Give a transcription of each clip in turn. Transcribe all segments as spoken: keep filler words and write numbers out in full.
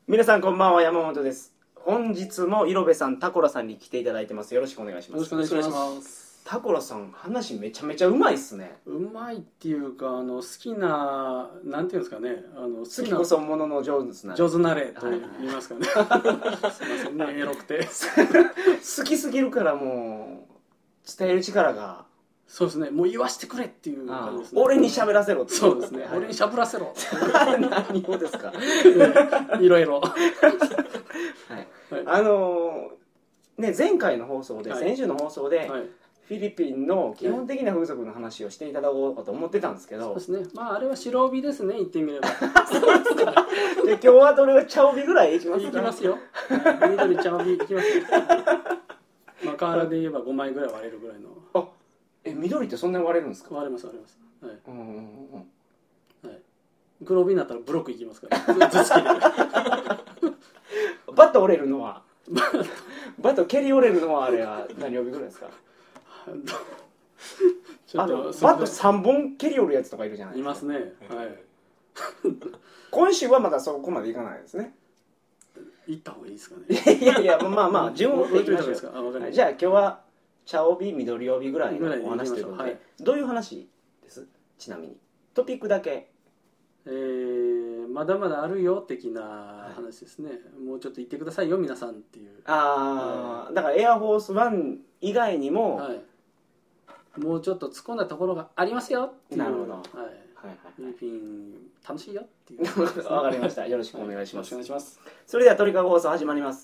皆さんこんばんは、山本です。本日もイロベさん、タコラさんに来ていただいてます。よろしくお願いします。 よろしくお願いします。 タコラさん、話めちゃめちゃうまいっすね。 うまいっていうか、あの好きな、なんていうんですかね、あの好きこそものの上手なれ上手なれと言いますかね。すいませんね、エロくて好きすぎるからもう伝える力が。 そうですね、もう言わしてくれっていう感じですね。 俺に喋らせろって。 そうですね、はい、俺にしゃぶらせろ何をですか。 いろいろ、はいはい、あのー、ね、前回の放送で、はい、先週の放送で、はい、フィリピンの基本的な風俗の話をしていただこうと思ってたんですけど、 そうですね、まああれは白帯ですね、言ってみれば。 そうですか。で今日はどれが茶帯ぐらいいきますか。 いきますよ、緑茶帯いきますよ。まあ瓦で言えばごまいぐらい割れるぐらいの。 あ、え、緑ってそんなに割れるんですか。 割れます割れます、はい、 うんうんうん、 はい、黒帯になったらブロックいきますから、頭突きでバット折れるのはバット蹴り折れるのはあれは何帯ぐらいですか。ちょっとあのバットさんぼん蹴り折るやつとかいるじゃないですか。 いますね、はい。 今週はまだそこまでいかないですね。 行った方がいいですかね。 いやいや、まあまあ順を追っていきましょう。じゃあ今日は茶帯、緑帯ぐらいのお話ということで、はい、どういう話です。ちなみにトピックだけ。 えー、まだまだあるよ的な話ですね、はい、もうちょっと言ってくださいよ皆さんっていう。 ああ、はい、だからエアフォースワン以外にも、はい、 もうちょっと突っ込んだところがありますよっていう。なるほど、はい、はいはい、フィリピン楽しいよっていう、ね、 わかりました。よろしくお願いします、 はい、よろしくお願いします。 それでは鳥かご放送始まります。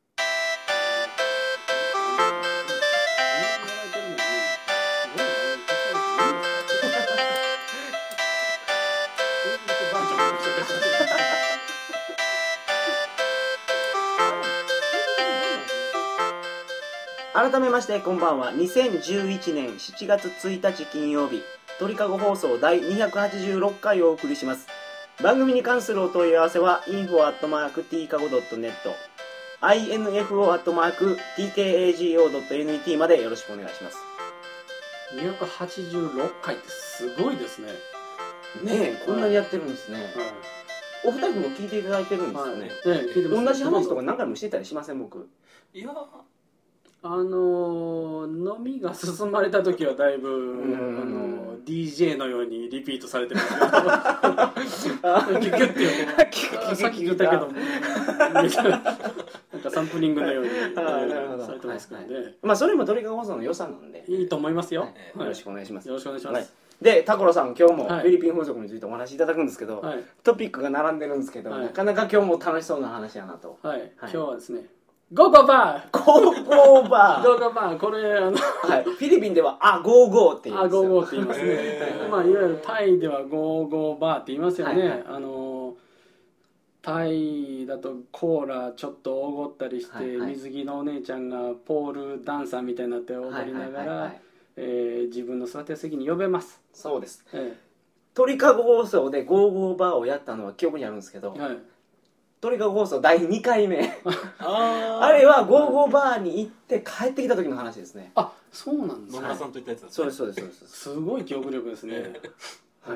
改めましてこんばんは。にせんじゅういちねんしちがつついたち金曜日、鳥かご放送だいにひゃくはちじゅうろっかいをお送りします。番組に関するお問い合わせは インフォ アットマーク ティーカゴ ドットネット インフォ アットマーク ティーケーエージーオー ドットネット までよろしくお願いします。 にひゃくはちじゅうろっかいってすごいですね。 ねえ、こんなにやってるんですね、はい、お二人も聞いていただいてるんですよね、はい、ね、聞いてます。同じ話とか何回もしてたりしません。僕いやあのー、飲みが進まれた時はだいぶ、あのー、ディージェー のようにリピートされてますけどキュキュっていうさっき聞いたけどもなんかサンプリングのようにされてますからね、はいはい、 まあそれも鳥かご放送の良さなんでいいと思いますよ、 はい、よろしくお願いします。 よろしくお願いします、はい、 でタコラさん、今日もフィリピン風俗についてお話しいただくんですけど、はい、トピックが並んでるんですけど、はい、なかなか今日も楽しそうな話やなと、 はいはい、今日はですね、ゴーゴーバーゴーゴーバーゴーゴーバー、これあの、 はい、フィリピンではあゴーゴーって言うんですよ。 あゴーゴーって言いますねまあいわゆるタイではゴーゴーバーって言いますよね、はいはい、あのタイだとコーラちょっとおごったりして、はいはい、水着のお姉ちゃんがポールダンサーみたいになって踊りながら自分の座ってる席に呼べます。 そうです、 ええ、 鳥かご放送でゴーゴーバーをやったのは記憶にあるんですけど、はい、鳥かご放送だいにかいめあ, あれはゴーゴーバーに行って帰ってきた時の話ですね。 あ、そうなんですね。 野村さんと言ったやつだ、ね、 そうですそうですそうです。 すごい記憶力ですね、 はい、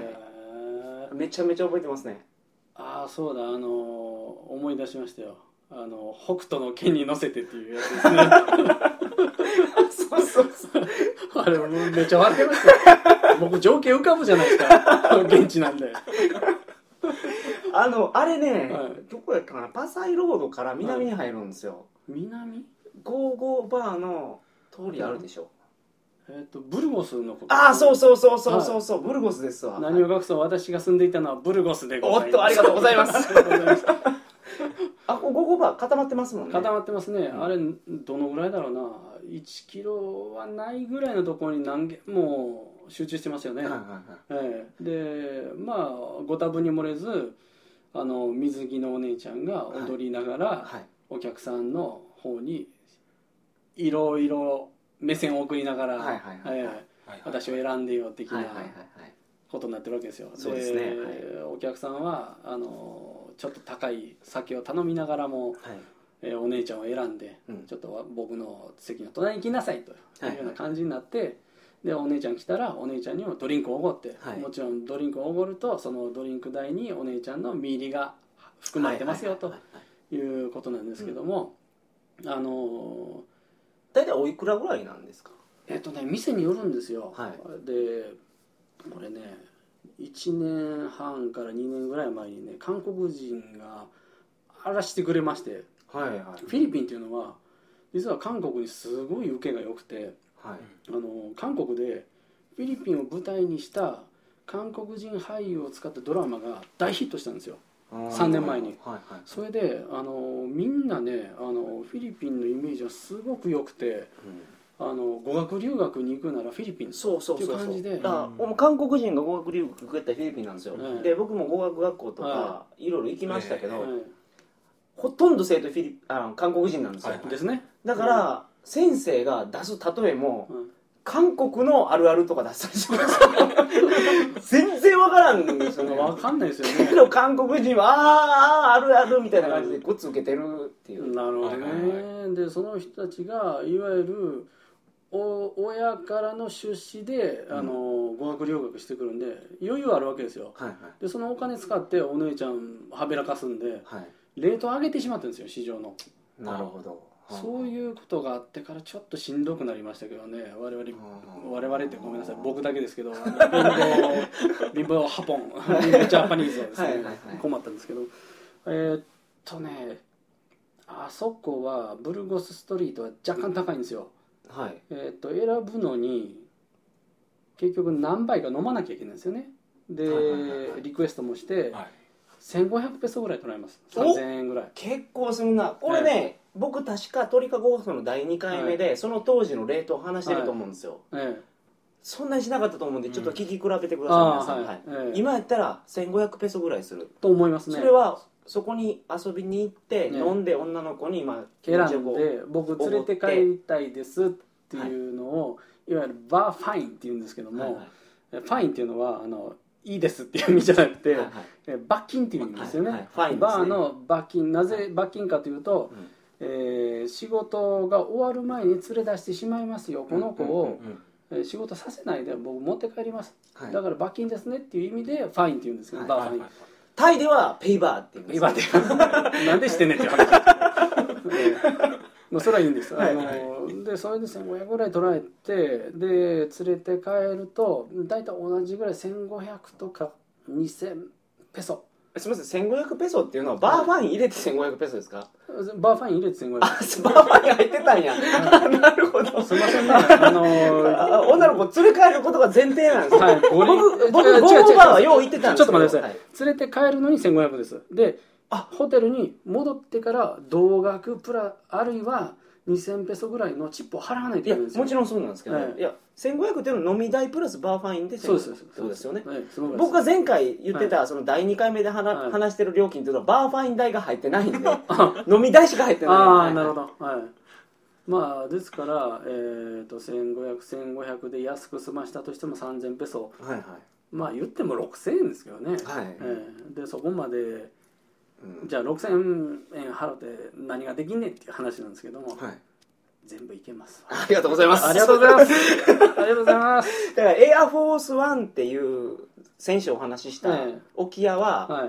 めちゃめちゃ覚えてますね。 ああ、そうだ、あのー、思い出しましたよ。あの北斗の剣に乗せてっていうやつですねそうそうそうあれめっちゃ笑ってましたよ僕情景浮かぶじゃないですか現地なんであのあれね、はい、どこやったかな、パサイロードから南に入るんですよ、はい、 南ゴーゴーバーの通りあるでしょ、 うん、えー、とブルゴスのこと。 ああ、そうそうそうそうそうそう、はい、ブルゴスですわ。 何を隠そう、私が住んでいたのはブルゴスでございます。 おっと、ありがとうございますあ、ゴーゴーバー固まってますもんね。 固まってますね、うん、あれどのぐらいだろうな、いちキロはないぐらいのところに何軒も集中してますよね、はいはいはい、えー、でまあご多分に漏れずあの水着のお姉ちゃんが踊りながら、はいはい、お客さんの方にいろいろ目線を送りながら私を選んでよ的なことになってるわけですよ。 そうですね、はい、 お客さんはあのちょっと高い酒を頼みながらも、はい、えー、お姉ちゃんを選んで、うん、ちょっと僕の席の隣に来なさいというような感じになって、はいはい、でお姉ちゃん来たらお姉ちゃんにもドリンクをおごって、はい、もちろんドリンクをおごるとそのドリンク代にお姉ちゃんの身入りが含まれてますよということなんですけども、あの大体おいくらぐらいなんですか？ えっとね店によるんですよ、 はい、 でこれねいちねんはんからにねんぐらい前にね韓国人が荒らしてくれまして、 はいはい、 フィリピンっていうのは実は韓国にすごい受けが良くて、はい、あの韓国でフィリピンを舞台にした韓国人俳優を使ったドラマが大ヒットしたんですよさんねんまえに、はいはい、それであのみんなねあのフィリピンのイメージがすごく良くて、うん、あの語学留学に行くならフィリピンっていう感じで、 だから韓国人が語学留学行くやったらフィリピンなんですよ、ね、で僕も語学学校とか、はい、いろいろ行きましたけど、はい、ほとんど生徒フィリあの韓国人なんですよ、はい、 ですね。 だから、うん、先生が出す例えも、うん、韓国のあるあるとか出したりします全然わからんですよね。 わかんないですよね。 けど韓国人はあーあーあるあるみたいな感じでごっつ受けてるっていう。 なるほどね。でその人たちがいわゆるお親からの出資であの、うん、語学留学してくるんで余裕あるわけですよ、はいはい、でそのお金使ってお姉ちゃんはべらかすんで、はい、レート上げてしまったんですよ市場の。 なるほど。 そういうことがあってからちょっとしんどくなりましたけどね。我々我々ってごめんなさい僕だけですけど貧乏貧乏ハポン貧乏ジャパニーズはですね、はいはいはい、困ったんですけどえー、っとねあそこはブルゴスストリートは若干高いんですよ、はいえー、っと選ぶのに結局何杯か飲まなきゃいけないんですよね。で、はいはいはいはい、リクエストもして、はいせんごひゃくペソぐらい取られます。さんぜんえんぐらい。 結構するな。これね、はい、僕確か鳥かご放送のだいにかいめで、はい、その当時のレートを話してると思うんですよ、はい、そんなにしなかったと思うんでちょっと聞き比べてください、うんはいはい、今やったらせんごひゃくペソぐらいすると思いますね。 それはそこに遊びに行って、ね、飲んで女の子に今選んで僕連れて帰りたいですっていうのを、はい、いわゆるバーファインっていうんですけども、はいはい、ファインっていうのはあのいいですっていう意味じゃなくて、はいはい、罰金っていう意味ですよね、はいはい、バーの罰金、なぜ罰金かというと、うんえー、仕事が終わる前に連れ出してしまいますよこの子を、うんうんうん、仕事させないで僕持って帰ります、はい、だから罰金ですねっていう意味でファインっていうんですけど、はい、バーファイン、はいはい、 タイではペイバーって言うんです、 ペイバーってなんでしてんねんっていう話まあそれはいいんです、はい、あのでそれでせんごひゃくぐらい取られてで連れて帰ると大体同じぐらいせんごひゃくとかにせんペソ。 すみませんせんごひゃくペソっていうのはバーファイン入れてせんごひゃくペソですか？ バーファイン入れてせんごひゃくペソバーファイン入ってたんやなるほど。 すみませんねあのー、女の子連れ帰ることが前提なんですよ、はい、僕僕ゴーゴーバーはよう行ってたんですよ。 ちょっと待ってください、はい、連れて帰るのにせんごひゃくですであホテルに戻ってから同額プラあるいはにせんペソぐらいのチップを払わないといけないんですよ。 いやもちろんそうなんですけど、はい、いやせんごひゃくっていうのは飲み代プラスバーファインでせんごひゃくってことですよね。僕が前回言ってた、はい、そのだいにかいめで話、はい、話してる料金っていうのはバーファイン代が入ってないんで飲み代しか入ってない。 ああ、はい、なるほど、はい、まあですから、えー、とせんごひゃく、せんごひゃくで安く済ましたとしてもさんぜんペソ、はいはい、まあ言ってもろくせんえんですけどね、はいえー、でそこまでうん、じゃあろくせんえん払って何ができんねんっていう話なんですけども、はい、全部いけます。 ありがとうございます。 ありがとうございます。ありがとうございます。 だからエアフォースワンっていう選手お話しした沖屋は、はい、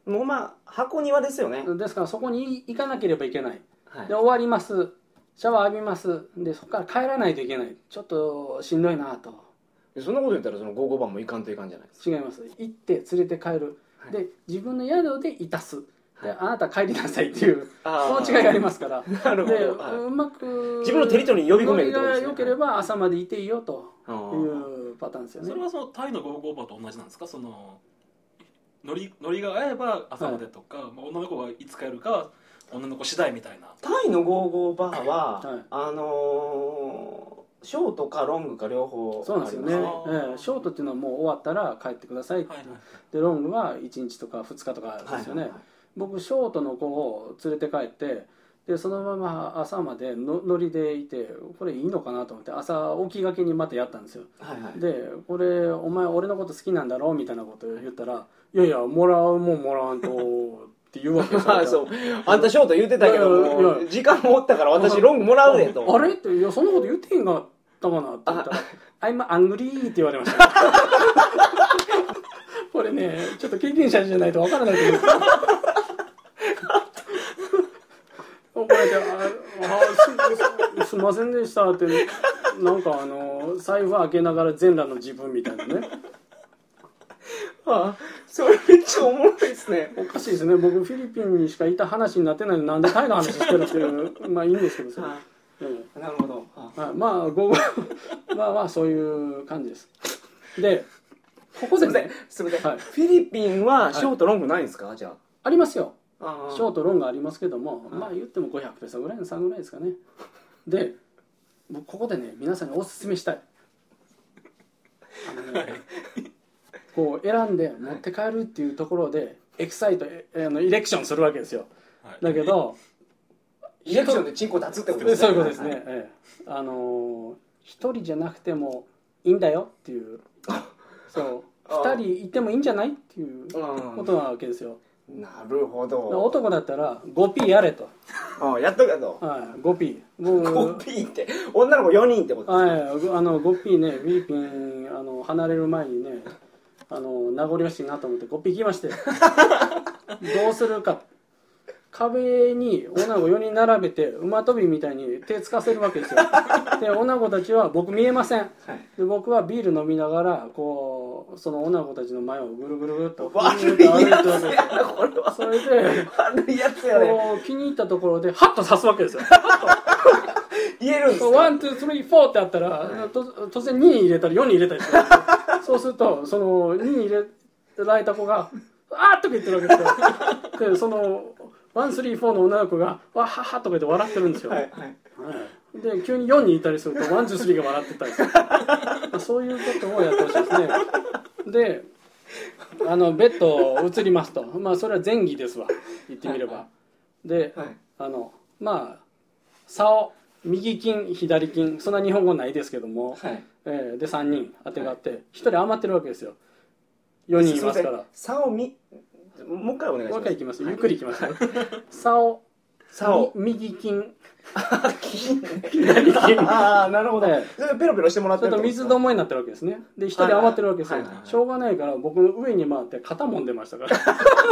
もうまあ箱庭ですよね。 ですからそこに行かなければいけない。はい、で終わります。シャワー浴びます。でそこから帰らないといけない。ちょっとしんどいなと。 そんなこと言ったらそのごじゅうごばんも行かんといかんじゃないですか。 違います。行って連れて帰る。はい、で自分の宿でいたす。であなた帰りなさいっていうその違いがありますから。なるほど。で、はい、うまく自分のテリトリーに呼び込めるってことですね。 良ければ朝までいていいよというパターンですよね。 それはそのタイのゴーゴーバーと同じなんですか？そのノリノリが合えば朝までとか、はい、女の子がいつ帰るか女の子次第みたいな。 タイのゴーゴーバーは、はい、あのー、ショートかロングか両方そうなんですよね、えー、ショートっていうのはもう終わったら帰ってくださいって、はいはい、でロングはいちにちとかふつかとかですよね、はいはいはい、僕ショートの子を連れて帰ってでそのまま朝までの乗りでいてこれいいのかなと思って朝起きがけにまたやったんですよ、はいはい、でこれお前俺のこと好きなんだろみたいなことを言ったらいやいやもらうもんもらわんとって言うわけですよそうあんたショート言ってたけども時間もったから私ロングもらうでとあれっていやそんなこと言ってへんかったかなって言ったら「I'm angry」って言われましたこれねちょっと経験者じゃないと分からないと思うんですけどえて「ああすすみませんでした」ってなんかあの財布開けながら全裸の自分みたいなね。 ああ、それめっちゃおもろいですね。 おかしいですね。僕フィリピンにしかいた話になってないのになんでタイの話してるっていうまあいいんですけどそれ、 はうん、 なるほど。 はい、まあ午後まあまあそういう感じです。でここでね、 すみません、 はい、 フィリピンはショートロングないんですか、じゃありますよ。 あ。 ショートロングありますけども、 はいまあ言ってもごひゃくペソぐらいの差ぐらいですかね。で僕ここでね皆さんにおすすめしたいあの、ね、こう選んで持って帰るっていうところでエキサイトあのイレクションするわけですよ。だけどイレクションでチンコ立つってことですね。 そういうことですね、ええ、あの一人じゃなくてもいいんだよっていうそう二人いてもいいんじゃないっていうことなわけですよ。 なるほど。 男だったら ごピー やれと。 ああ、やっとくやと。 はい、ごピー。 ごピー って女の子よにんってことですか。はい、あの ごピー ね、フィリピンあの離れる前にね、あの名残惜しいなと思ってごピー行きまして。どうするか。壁に女の子よにん並べて馬跳びみたいに手つかせるわけですよ。で女の子たちは僕見えません、はい、で僕はビール飲みながらこうその女の子たちの前をぐるぐるぐるっと悪いやつやなこれは。それで悪いやつやね。 こう気に入ったところでハッと刺すわけですよ。 言えるんですか。 ワンツースリーフォーってあったら、はい、と突然に入れたりよに入れたりするんですよ。そうするとそのに入れられた子があーっとか言ってるわけですよ。でそのワンスリーフォーの女の子がわははとか言って笑ってるんですよ。はいはい、で急によんにいたりするとワンツースリーが笑ってたりする。そういうことをやってほしいですね。であのベッド移りますと、まあそれは前儀ですわ言ってみれば、はいはい、で、はい、あのまあ竿右金左金そんな日本語ないですけども、はい、えー、でさんにん当てがあって、はい、ひとり余ってるわけですよ。よにんいますから。 竿みもう一回お願いします。 もう一回いきます。ゆっくりいきます。竿、竿、右金、 金、 左金。 ああ、なるほど。ペロペロしてもらってる。 ちょっと水どもえになってるわけですね。で、一人余ってるわけですよ。しょうがないから僕の上に回って肩もんでましたから。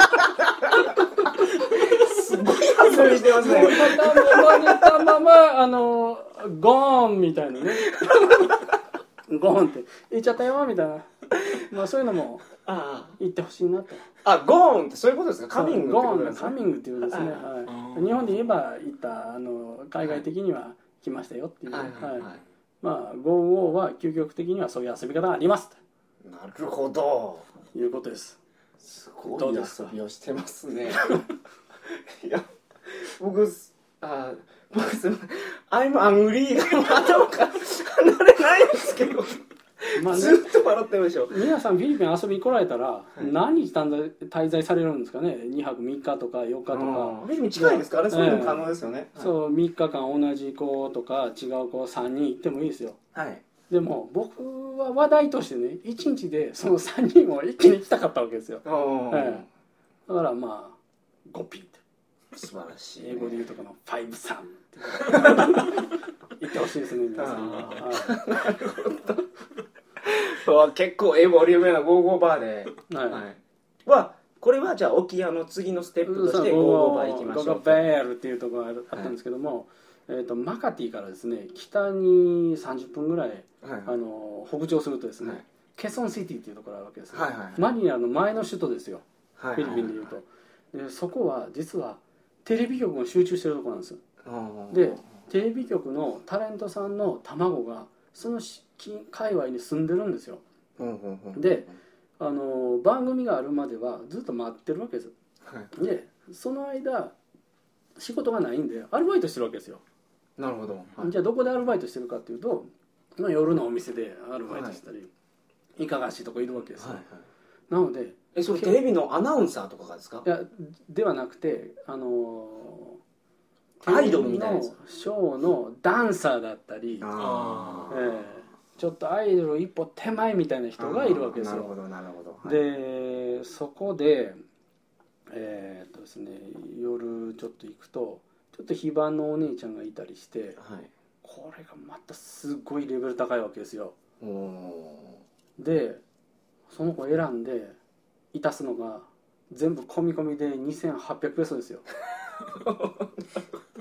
すごい遊びしてますね。 肩もまれたままあのゴーンみたいなね。ゴーンって言っちゃったよみたいな。まあそういうのも言ってほしいなと。 あ、ゴーンってそういうことですか。カミングってことですか。 ゴーン、カミングっていうですね。はい。日本で言えば言ったあの海外的には来ましたよっていう。はい。まあゴーオーは究極的にはそういう遊び方があります。 なるほど。 いうことです。 すごい遊びをしてますね。いや、僕あ僕すみません。I'm angry が頭から離れないんですけど。まあね、ずっと笑ってるでしょ。 皆さんフィリピン遊びに来られたら、はい、何日滞在されるんですかね。にはくみっかとかよっかとか。 フィリピン近いですからね。そういうのも可能ですよね。 えー、そうみっかかん同じ子とか違う子さんにん行ってもいいですよ。はい。でも僕は話題としてねいちにちでそのさんにんを一気に行きたかったわけですよ。えー、だからまあごピーって素晴らしい、 ね、英語で言うとこのファイブサンって言ってほしいですね皆さんは。なるほど。 結構エボリュームなゴーゴーバーで、はいはい、はこれはじゃあ沖屋の次のステップとしてゴーゴーバー行きましょう。 ゴーゴーバールっていうところがあったんですけども、はい、えーとマカティからですね北にさんじゅっぷんぐらい、はい、あの北上するとですね、はい、ケソンシティっていうところがあるわけですよ、はいはいはい、マニラの前の首都ですよ、はいはいはい、フィリピンでいうと。でそこは実はテレビ局が集中してるところなんですよ。でテレビ局のタレントさんの卵がその界隈に住んでるんですよ。であの番組があるまではずっと待ってるわけです、はい、でその間仕事がないんでアルバイトしてるわけですよ。 なるほど、 はい、じゃあどこでアルバイトしてるかっていうと、まあ、夜のお店でアルバイトしたり、はい、いかがわしいとこいるわけですよ、はいはい、なのでえそれテレビのアナウンサーとかがですか。 いやではなくてあのアイドルみたいなショーのダンサーだったり、あ、えー、ちょっとアイドル一歩手前みたいな人がいるわけですよ。なるほどなるほど、はい、でそこでえー、っとですね夜ちょっと行くとちょっと非番のお姉ちゃんがいたりして、はい、これがまたすごいレベル高いわけですよ。でその子選んでいたすのが全部込み込みでにせんはっぴゃくペソですよ。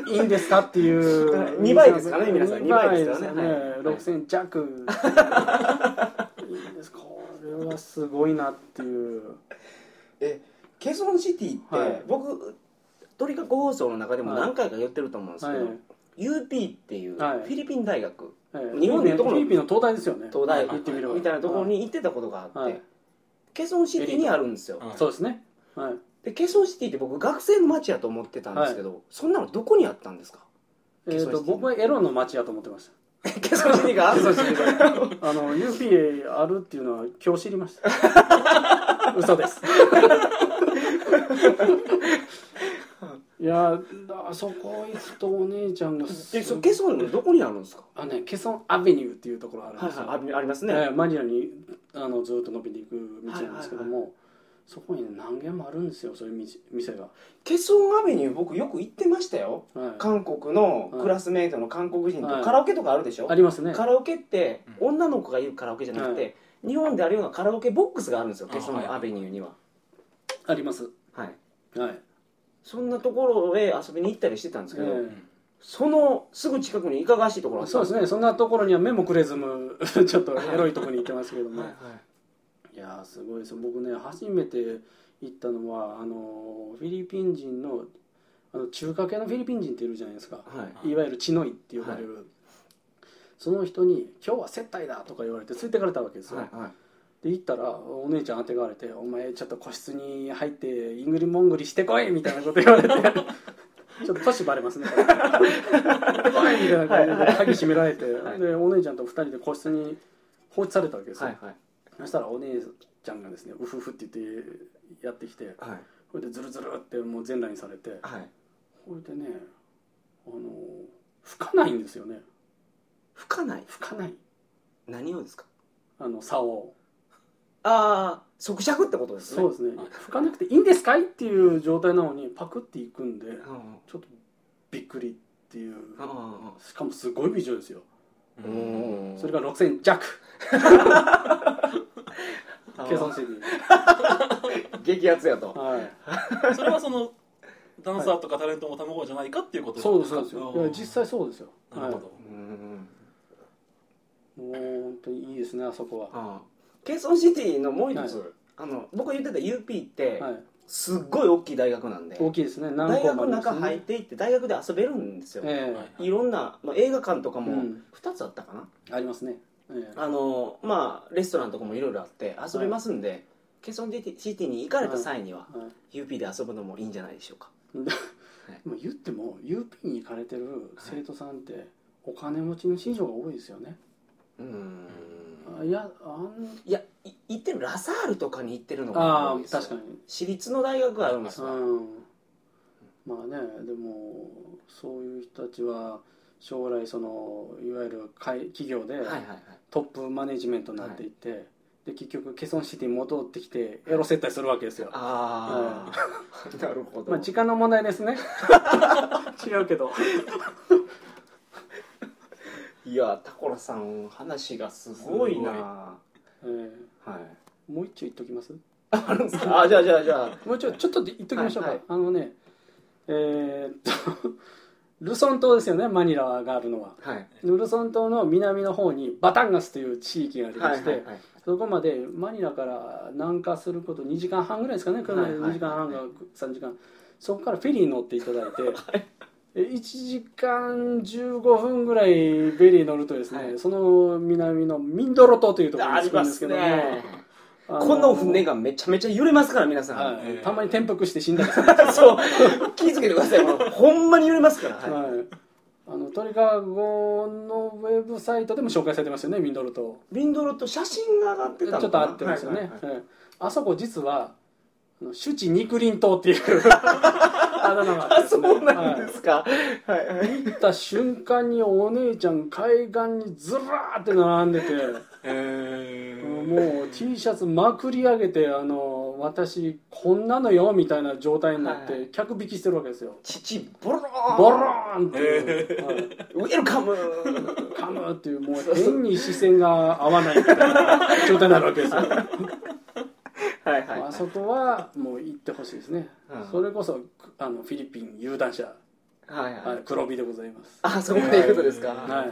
いいんですかっていうにばいですかね皆さんにばいですよね、 にばいですよね、はい、 ろくせん弱いいんです。これはすごいなっていう。 えケソンシティって、 はい、 僕鳥かご放送の中でも何回か言ってると思うんですけど、はい、ユーピー っていうフィリピン大学、 はい、日本でいうところのフィリピンの東大ですよね。 東大行ってみればみたいなところに行ってたことがあって、はい、ケソンシティにあるんですよ、 はい、そうですね、はい、 でケソンシティって僕学生の街やと思ってたんですけど、はい、そんなのどこにあったんですか？ えー、と僕はエロの街やと思ってました。 ケソンシティがあの ユーピー あるっていうのは今日知りました嘘ですいやあそこ行くとお姉ちゃんがえそケソンのどこにあるんですか？ あ、ね、ケソンアベニューっていうところあるんですよ、 はいはい、ありますね、 えー、マニラにあのずっと伸びていく道なんですけども、はいはいはい、そこに、ね、何軒もあるんですよ、そういう店が。 ケソンアベニュー僕よく行ってましたよ、はい、韓国のクラスメートの韓国人と、はい、カラオケとかあるでしょ。 ありますね。 カラオケって女の子がいるカラオケじゃなくて、はい、日本であるようなカラオケボックスがあるんですよ、ケソンアベニューには。 あります。 はい、 はい、 そんなところへ遊びに行ったりしてたんですけど、えー、そのすぐ近くにいかがわしいところあった。 そうですね、そんなところには目もくれずむちょっとエロいところに行ってますけども、はいはい、いやーすごいです。僕ね初めて行ったのはあのフィリピン人の、あの中華系のフィリピン人っているじゃないですか、はい、いわゆるチノイって呼ばれる、はい、その人に「今日は接待だ」とか言われて連れてかれたわけですよ、はいはい、で行ったらお姉ちゃんあてがわれて「お前ちょっと個室に入ってイングリモングリしてこい」みたいなこと言われてちょっと年バレますねこれ行ってこいみたいな感じで鍵閉められて、はい、でお姉ちゃんとふたりで個室に放置されたわけですよ、はいはい、そしたらお姉ちゃんがですねウフフって言ってやってきて、はい、それでズルズルってもう全裸にされて、はい、それでねあの吹かないんですよね。 吹かない吹かない何をですか？ あの竿を。 ああ即尺ってことですね。 そうですね。吹かなくていいんですかいっていう状態なのにパクっていくんで、うん、ちょっとびっくりっていう、しかもすごい美女ですよ。うん、それがろくせん弱ケソンシティ激アツやと、 はい、それはそのダンサーとかタレントも卵じゃないかっていうことなんですか？そうですそうですよ。いや実際そうですよ。 なるほど、はい、 もう本当にいいですねあそこは。 ああケソンシティのもう一つ、はい、あの僕が言ってた ユーピー って、はい、すっごい大きい大学なんで大きいですね。何大学の中入っていって大学で遊べるんですよ、えー、いろんな、まあ、映画館とかもふたつあったかな、 うん、ありますね、えー、 あのまあレストランとかもいろいろあって遊べますんで、はい、ケソンシティに行かれた際には、はいはい、ユーピー で遊ぶのもいいんじゃないでしょうか。 はい、言っても ユーピー に行かれてる生徒さんってお金持ちの子女が多いですよね。うーんいやあんいや行ってるラサールとかに行ってるのが多いですよ。 あ確かに私立の大学があるんですよ、うん、 まあねでもそういう人たちは将来そのいわゆる企業でトップマネジメントになっていって、はいはいはい、で結局ケソンシティに戻ってきてエロ接待するわけですよ。 ああ、うん、なるほど。 まあ時間の問題ですね違うけどいやタコラさん話がすごいな。 えーはい、もう一丁言っときます？ あるんですか？あじゃあじゃあじゃあもうちょちょっと言っときましょうか、はいはい、あのねえー、っとルソン島ですよねマニラがあるのは、はい、ルソン島の南の方にバタンガスという地域がありまして、はいはいはい、そこまでマニラから南下することにじかんはんぐらいですかね車でにじかんはんかさんじかんそこからフェリーに乗っていただいて、はいいちじかんじゅうごふんぐらいベリー乗るとですね、はい、その南のミンドロ島というところに着くんですけども、ね、 この船がめちゃめちゃ揺れますから皆さん、 はい、たまに転覆して死んだりするそう気をつけてくださいほんまに揺れますから、はいはい、あの鳥かごのウェブサイトでも紹介されてますよねミンドロ島。 ミンドロ島写真が上がってたのかな。 ちょっとあってますよね、はいはいはい、あそこ実はシュチ肉林島っていうあだ名があってですね、 そうなんですか、はいはい、行った瞬間にお姉ちゃん海岸にずらーって並んでて、えー、もう T シャツまくり上げてあの私こんなのよみたいな状態になって、はい、客引きしてるわけですよ。 父ボローンボローンっていう、 えーはい、ウェルカムカムっていうもう変に視線が合わないみたいな状態になるわけですよはいはいはい、あそこはもう行ってほしいですね、うん、それこそあのフィリピン有段者はいはい、 はい、黒帯でございます。 あ、そういうことですか。はい、 はい、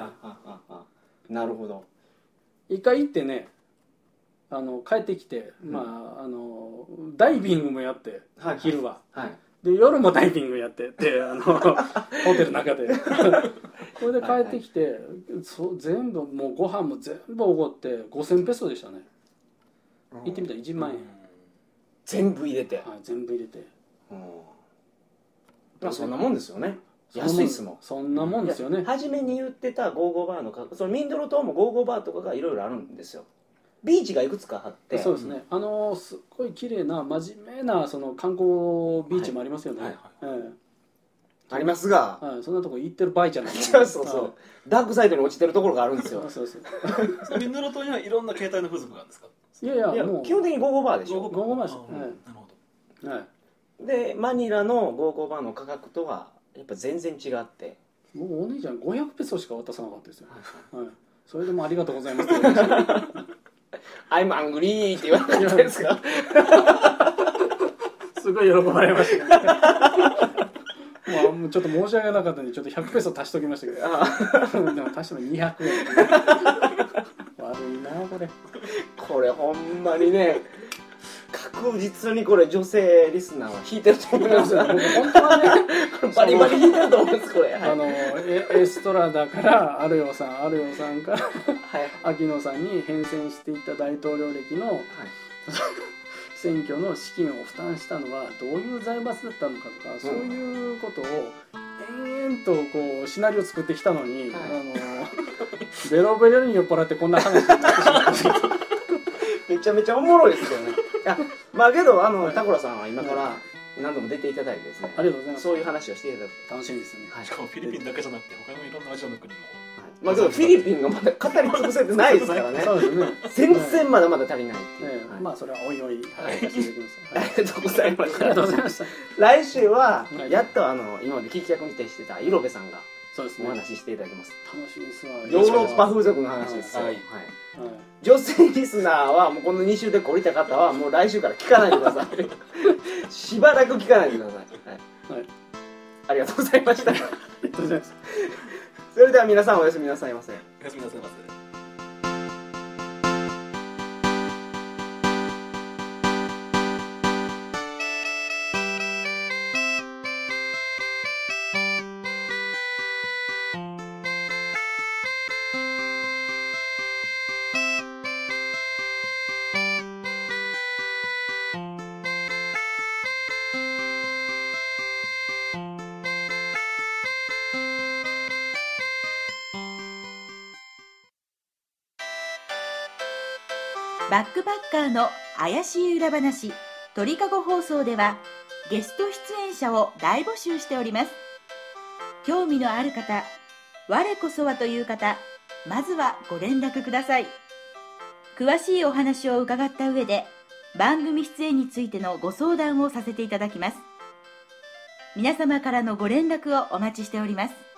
なるほど。 一回行ってね、あの帰ってきて、うん、まああのダイビングもやって、はい、昼は、はい、で夜もダイビングやってであのホテルの中でこれで帰ってきて、はいはい、そ全部もうご飯も全部おごってごせんペソでしたね。行ってみたらいちまんえん、うん、 全部入れて、 はい、全部入れて、 うん、まあそんなもんですよね。安いっすもん。 そんなもんですよね。 初めに言ってたゴーゴーバーのか、そのミンドロ島もゴーゴーバーとかがいろいろあるんですよ。ビーチがいくつかあって、 そうですね、あのすっごい綺麗な真面目なその観光ビーチもありますよね、はいはいはい、 ありますが、 はい、そんなとこ行ってる場合じゃないそうそうそう、はい、ダークサイドに落ちてるところがあるんですよ。そうそうそうミンドロ島にはいろんな形態の風俗があるんですか。 いやいや、いやもう基本的にゴーゴーバーでしょ。 ゴーゴーバーです、はい、なるほど、 はい、でマニラのゴーゴーバーの価格とはやっぱ全然違って、 僕お姉ちゃんごひゃくペソしか渡さなかったですよ、はい、それでもありがとうございますって言われました I'm angry って言われたんですかすごい喜ばれましたねもうちょっと申し訳なかったんでちょっとひゃくペソ足しときましたけどでも足してもにひゃくえん悪いなこれこれほんまにね確実にこれ女性リスナーは引いてると思いますよ。本当はねバリバリ引いてると思うんですこれ。 あのエ, エストラダからアルヨさんアルヨさんから、はい、秋野さんに変遷していった大統領歴の、はい、選挙の資金を負担したのはどういう財閥だったのかとか、うん、そういうことを延々とこうシナリオ作ってきたのに、はい、あのベロベロに酔っ払ってこんな話になってしまったんですけどめちゃめちゃおもろいですよね。いやまあけどあのタコラさんは今から何度も出ていただいてですね、 ありがとうございます。 そういう話をしていただく楽しみですね、 はい、しかもフィリピンだけじゃなくて他のいろんなアジアの国も、 はい、まあけどフィリピンがまだ語り尽くせてないですからねそうですね、 全然まだまだ足りないっていう、 はいはい、まあそれはおいおい、はい、 ありがとうございました。 ありがとうございました。 来週はやっとあの今まで聞き役に徹してたイロベさんがそうですね、 お話ししていただきます。 楽しみですわ。 ヨーロッパ風俗の話ですよ、はいはいはい、女性リスナーはもうこのに週で懲りた方はもう来週から聞かないでくださいしばらく聞かないでください、はいはい、ありがとうございましたありがとうございましたそれでは皆さんおやすみなさいませ。 おやすみなさいませ。 バックパッカーの怪しい裏話鳥かご放送ではゲスト出演者を大募集しております。興味のある方、我こそはという方、まずはご連絡ください。詳しいお話を伺った上で番組出演についてのご相談をさせていただきます。皆様からのご連絡をお待ちしております。